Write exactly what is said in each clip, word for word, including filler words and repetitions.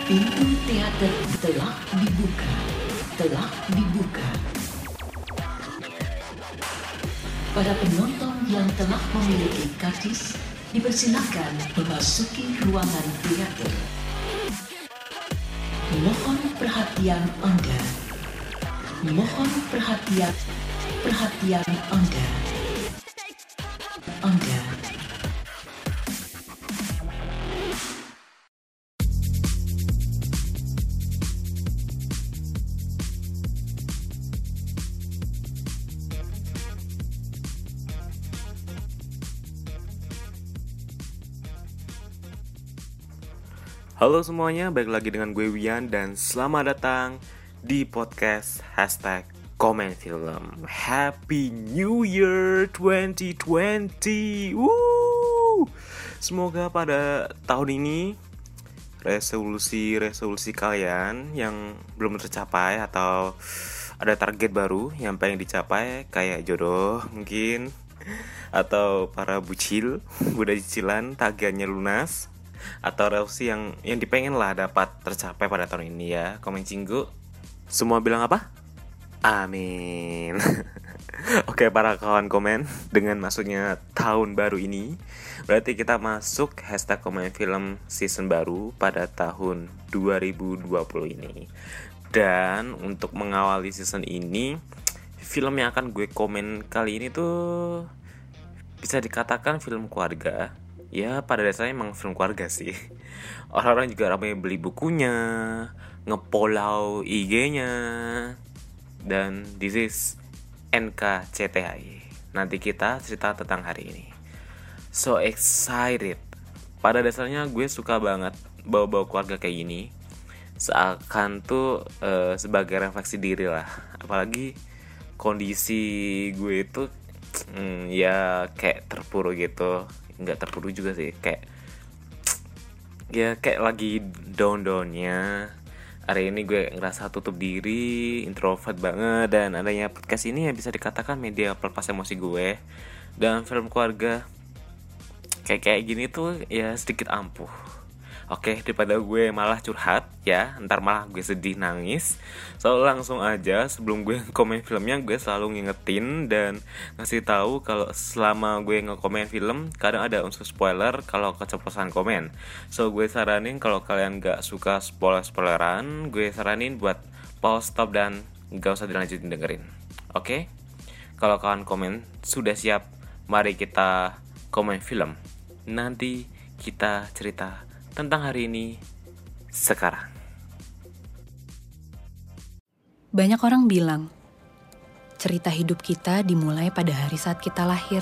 Pintu teater telah dibuka, telah dibuka. Para penonton yang telah memiliki karcis dipersilakan memasuki ruangan teater. Mohon perhatian Anda. Mohon perhatian perhatian Anda. Anda. Halo semuanya, balik lagi dengan gue Wian dan selamat datang di podcast hashtag Komen Film. Happy New Year twenty twenty. Woo! Semoga pada tahun ini resolusi-resolusi kalian yang belum tercapai atau ada target baru yang pengen dicapai, kayak jodoh mungkin, atau para bucil, budak cicilan tagihannya lunas, atau resolusi yang yang dipengen lah dapat tercapai pada tahun ini ya. Komen cinggu. Semua bilang apa? Amin. Oke para kawan komen, dengan masuknya tahun baru ini berarti kita masuk hashtag Komen Film season baru pada tahun dua ribu dua puluh ini. Dan untuk mengawali season ini, film yang akan gue komen kali ini tuh bisa dikatakan film keluarga. Ya pada dasarnya emang film keluarga sih. Orang-orang juga ramai beli bukunya, ngepolau I G-nya. Dan this is N K C T H I. Nanti kita cerita tentang hari ini. So excited. Pada dasarnya gue suka banget bawa-bawa keluarga kayak gini. Seakan tuh uh, sebagai refleksi diri lah. Apalagi kondisi gue itu hmm, ya kayak terpuruk gitu. Nggak terpuruk juga sih, kayak ya kayak lagi down-downnya. Hari ini gue ngerasa tutup diri, introvert banget. Dan adanya podcast ini ya bisa dikatakan media pelepas emosi gue. Dan film keluarga kayak kayak gini tuh ya sedikit ampuh. Oke, daripada gue malah curhat ya, ntar malah gue sedih nangis. So langsung aja, sebelum gue komen filmnya, gue selalu ngingetin dan ngasih tahu kalau selama gue ngekomen film kadang ada unsur spoiler kalau keceplosan komen. So gue saranin kalau kalian gak suka spoiler-spoileran, gue saranin buat pause, stop, dan gak usah dilanjutin dengerin. Oke? Kalau kalian komen sudah siap, mari kita komen film. Nanti kita cerita tentang hari ini sekarang. Banyak orang bilang cerita hidup kita dimulai pada hari saat kita lahir.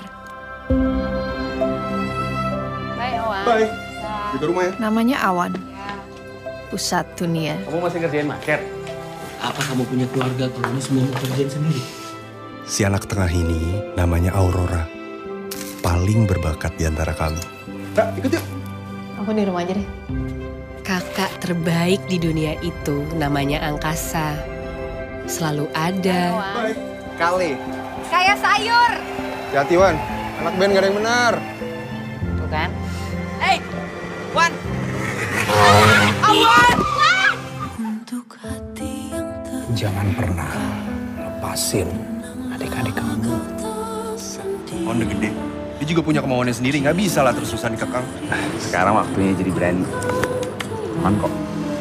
Bye, Awan. Bye. Jaga rumah ya. Namanya Awan. Pusat dunia. Kamu masih ngerjain market? Apa kamu punya keluarga kalau ini semua mau kerjain sendiri? Si anak tengah ini namanya Aurora. Paling berbakat di antara kami. Nah, ikut yuk. Aku di rumah aja deh. Kakak terbaik di dunia itu namanya Angkasa. Selalu ada. Bye. Kali. Kayak sayur. Hati Wan, anak band gak ada yang benar. Tuh kan. Hey, Wan. Awan. Jangan pernah lepasin adik-adik kamu. On udah gede. Dia juga punya kemauannya sendiri, gak bisa lah terus-terusan dikekang. Sekarang waktunya jadi berani. Aman kok.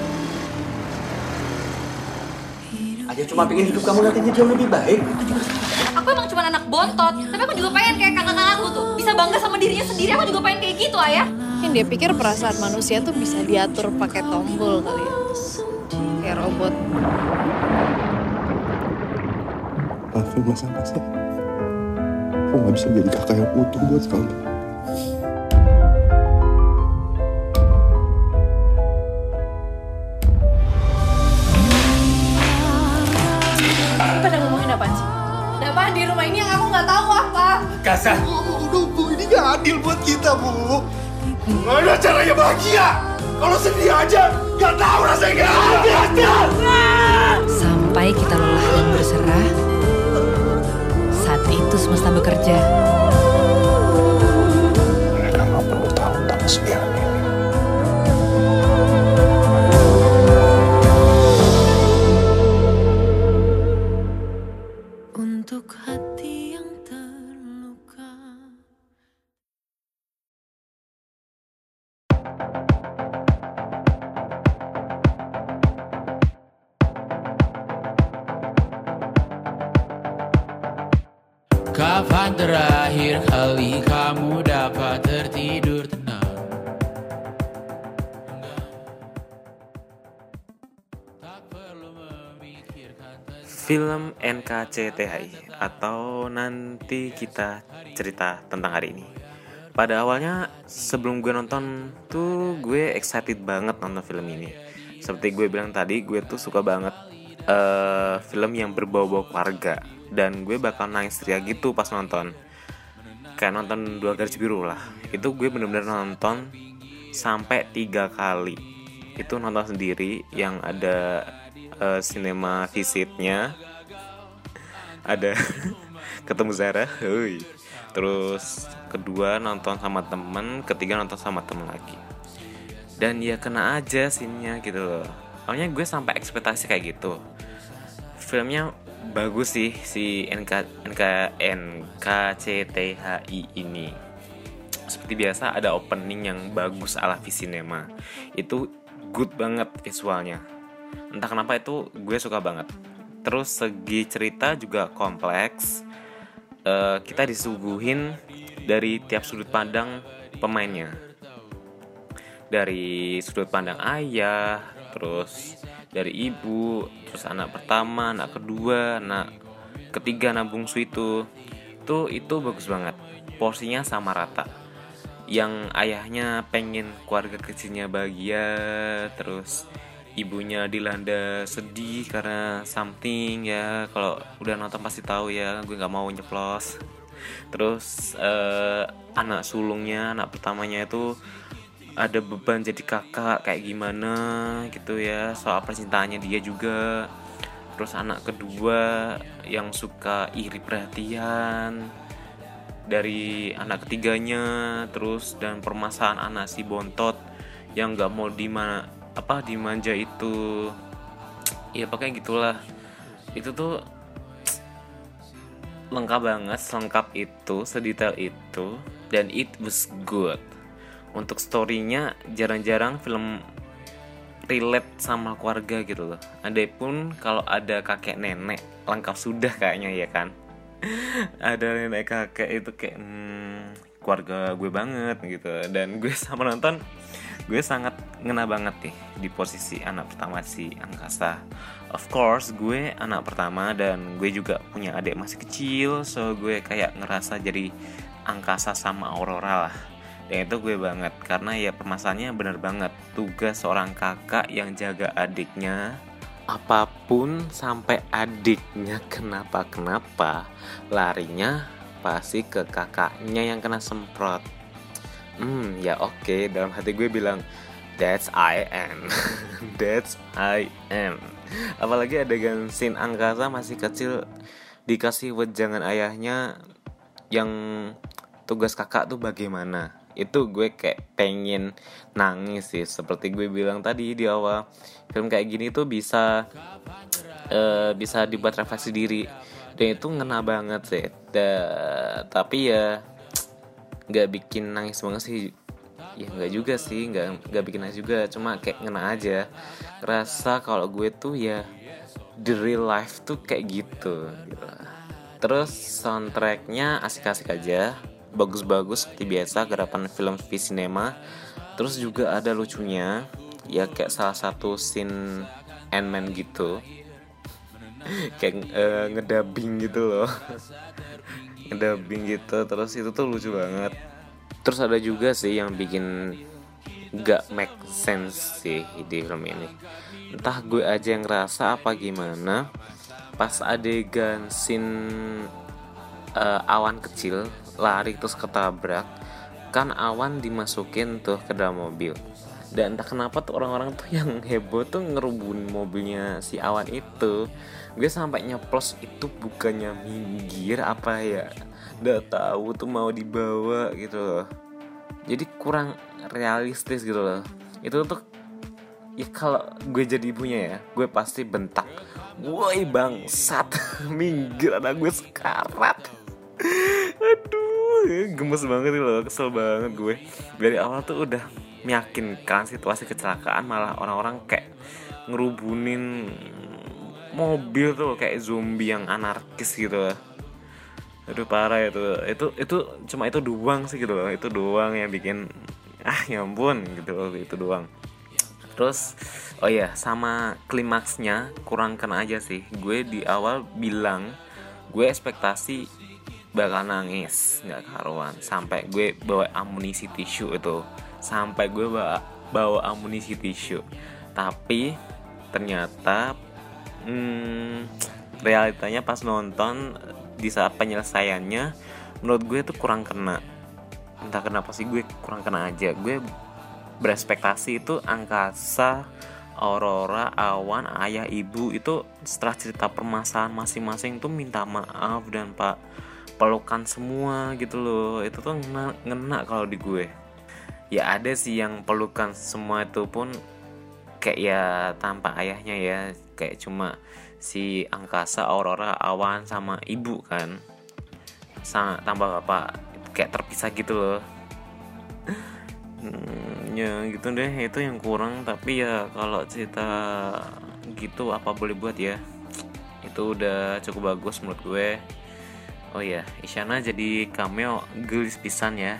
Aja cuma pengen hidup kamu nantinya jauh lebih baik. Aku emang cuma anak bontot, tapi aku juga pengen kayak kakak-kakak aku tuh. Bisa bangga sama dirinya sendiri, aku juga pengen kayak gitu, Ayah. Mungkin dia pikir perasaan manusia tuh bisa diatur pakai tombol kali ya. Kayak robot. Maafin Mas Angkasa. Aku gak bisa jadi kakak yang utuh buat kamu. Pada ngomongin apaan sih? Ada apaan di rumah ini yang aku nggak tahu apa? Kasar. Udah Bu, ini gak adil buat kita Bu. Gak ada caranya bahagia. Kalau sedih aja, gak tahu rasanya gak adil. Sampai kita lelah dan berserah, saat itu semesta bekerja. Mereka gak perlu tahu tentang kesedihan ini. Kapan terakhir kali kamu dapat tertidur tenang? Film N K C T H I atau Nanti Kita Cerita Tentang Hari Ini. Pada awalnya sebelum gue nonton tuh gue excited banget nonton film ini. Seperti gue bilang tadi, gue tuh suka banget uh, film yang berbau-bau keluarga. Dan gue bakal nangis ria gitu pas nonton. Kayak nonton Dua Garis Biru lah. Itu gue bener-bener nonton sampai tiga kali. Itu nonton sendiri yang ada uh, cinema visitnya. Ada ketemu Zara. Hui. Terus kedua nonton sama temen, ketiga nonton sama temen lagi. Dan ya kena aja scene-nya gitu loh. Soalnya gue sampai ekspektasi kayak gitu. Filmnya bagus sih si N K N K N K C T H I ini. Seperti biasa ada opening yang bagus ala Visinema. Itu good banget visualnya. Entah kenapa itu gue suka banget. Terus segi cerita juga kompleks. Uh, kita disuguhin dari tiap sudut pandang pemainnya. Dari sudut pandang ayah, terus dari ibu, terus anak pertama, anak kedua, anak ketiga, anak bungsu itu. Tuh itu bagus banget. Porsinya sama rata. Yang ayahnya pengen keluarga kecilnya bahagia, terus ibunya dilanda sedih karena something ya. Kalau udah nonton pasti tahu ya, gue nggak mau nyeplos. Terus uh, anak sulungnya, anak pertamanya itu ada beban jadi kakak kayak gimana gitu ya, soal percintaannya dia juga. Terus anak kedua yang suka iri perhatian dari anak ketiganya. Terus dan permasalahan anak si bontot yang nggak mau dimana apa dimanja itu. Ya pokoknya gitulah. Itu tuh lengkap banget, selengkap itu, sedetail itu, dan it was good. Untuk story-nya jarang-jarang film relate sama keluarga gitu loh. Andai-pun kalau ada kakek nenek lengkap sudah kayaknya ya kan. Ada nenek kakek itu kayak hmm, keluarga gue banget gitu. Dan gue sama nonton gue sangat ngena banget nih di posisi anak pertama si Angkasa. Of course gue anak pertama dan gue juga punya adik masih kecil, so gue kayak ngerasa jadi Angkasa sama Aurora lah. Dan itu gue banget karena ya permasalahannya bener banget. Tugas seorang kakak yang jaga adiknya, apapun sampai adiknya kenapa-kenapa, larinya pasti ke kakaknya yang kena semprot. Hmm, ya oke, okay. Dalam hati gue bilang that's I am. That's I am. Apalagi adegan scene Angkasa masih kecil dikasih wejangan ayahnya yang tugas kakak tuh bagaimana. Itu gue kayak pengen nangis sih. Seperti gue bilang tadi di awal, film kayak gini tuh bisa uh, bisa dibuat refleksi diri. Dan itu ngena banget sih. Da, tapi ya nggak bikin nangis banget sih. Ya nggak juga sih, nggak nggak bikin nangis juga. Cuma kayak ngena aja. Rasa kalau gue tuh ya the real life tuh kayak gitu, gitu. Terus soundtracknya asik-asik aja, bagus-bagus seperti biasa garapan film Visinema. Terus juga ada lucunya, ya kayak salah satu scene Ant-Man gitu, kayak uh, ngedubbing gitu loh. Ngedubbing gitu, terus itu tuh lucu banget. Terus ada juga sih yang bikin gak make sense sih di film ini. Entah gue aja yang ngerasa apa gimana, pas adegan scene uh, Awan kecil lari terus ketabrak, kan Awan dimasukin tuh ke dalam mobil. Dan entah kenapa tuh orang-orang tuh yang heboh tuh ngerubun mobilnya si Awan itu. Gue sampai nyeplos itu bukannya minggir apa ya, udah tahu tuh mau dibawa gitu loh. Jadi kurang realistis gitu loh. Itu tuh ya kalau gue jadi ibunya ya, gue pasti bentak, woi bangsat, minggir anak gue sekarat. Aduh, gemes banget loh, kesel banget gue. Dari awal tuh udah meyakinkan situasi kecelakaan, malah orang-orang kayak ngerubunin mobil tuh kayak zombie yang anarkis gitu. Aduh parah itu. Itu itu cuma itu doang sih gitu loh. Itu doang yang bikin ah ya ampun gitu loh, itu doang. Terus oh iya, sama klimaksnya kurang kena aja sih. Gue di awal bilang gue ekspektasi bakal nangis nggak karuan, sampai gue bawa amunisi tisu itu. Sampai gue bawa bawa amunisi tisu. Tapi ternyata hmm, realitanya pas nonton di saat penyelesaiannya menurut gue tuh kurang kena. Entah kenapa sih gue kurang kena aja. Gue berespektasi itu angkasa, Aurora, Awan, ayah, ibu itu setelah cerita permasalahan masing-masing tuh minta maaf dan pak pelukan semua gitu loh. Itu tuh ngena, ngena kalau di gue. Ya ada sih yang pelukan semua itu pun kayak ya tanpa ayahnya ya, kayak cuma si angkasa, Aurora, Awan sama ibu kan, sama tambah bapak kayak terpisah gitu loh. hmm, ya gitu deh, itu yang kurang. Tapi ya kalau cerita gitu apa boleh buat ya, itu udah cukup bagus menurut gue. Oh ya, Isyana jadi cameo gelis pisan ya.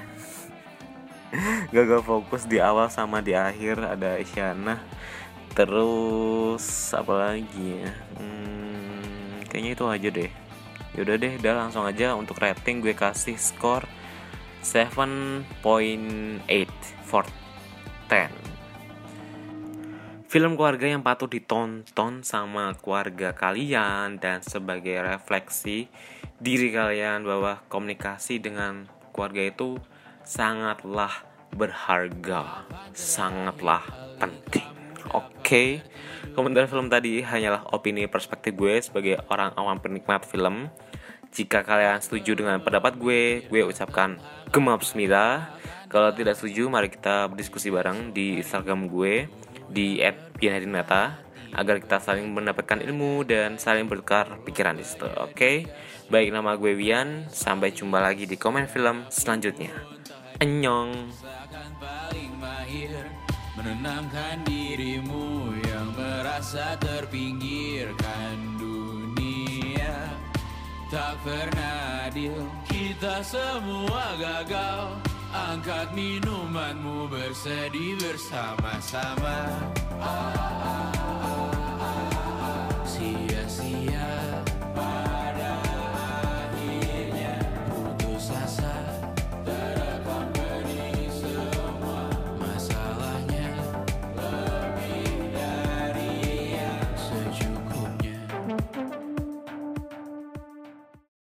Gagal fokus di awal sama di akhir ada Isyana. Terus apa lagi ya? Hmm, kayaknya itu aja deh. Yaudah deh, udah langsung aja untuk rating gue kasih skor seven point eight for ten. Film keluarga yang patut ditonton sama keluarga kalian dan sebagai refleksi diri kalian bahwa komunikasi dengan keluarga itu sangatlah berharga, sangatlah penting. Oke, okay. Komentar film tadi hanyalah opini perspektif gue sebagai orang awam penikmat film. Jika kalian setuju dengan pendapat gue, gue ucapkan gemapsmida. Kalau tidak setuju, mari kita berdiskusi bareng di Instagram gue di et bianhadinata agar kita saling mendapatkan ilmu dan saling bertukar pikiran di situ. Oke, okay? Baik, nama gue Wian. Sampai jumpa lagi di komen film selanjutnya. Annyeong. Menenangkan dirimu yang merasa terpinggirkan dunia. Tak pernah adil, kita semua gagal. Angkat minumanmu, bersedih bersama-sama. ah, ah, ah.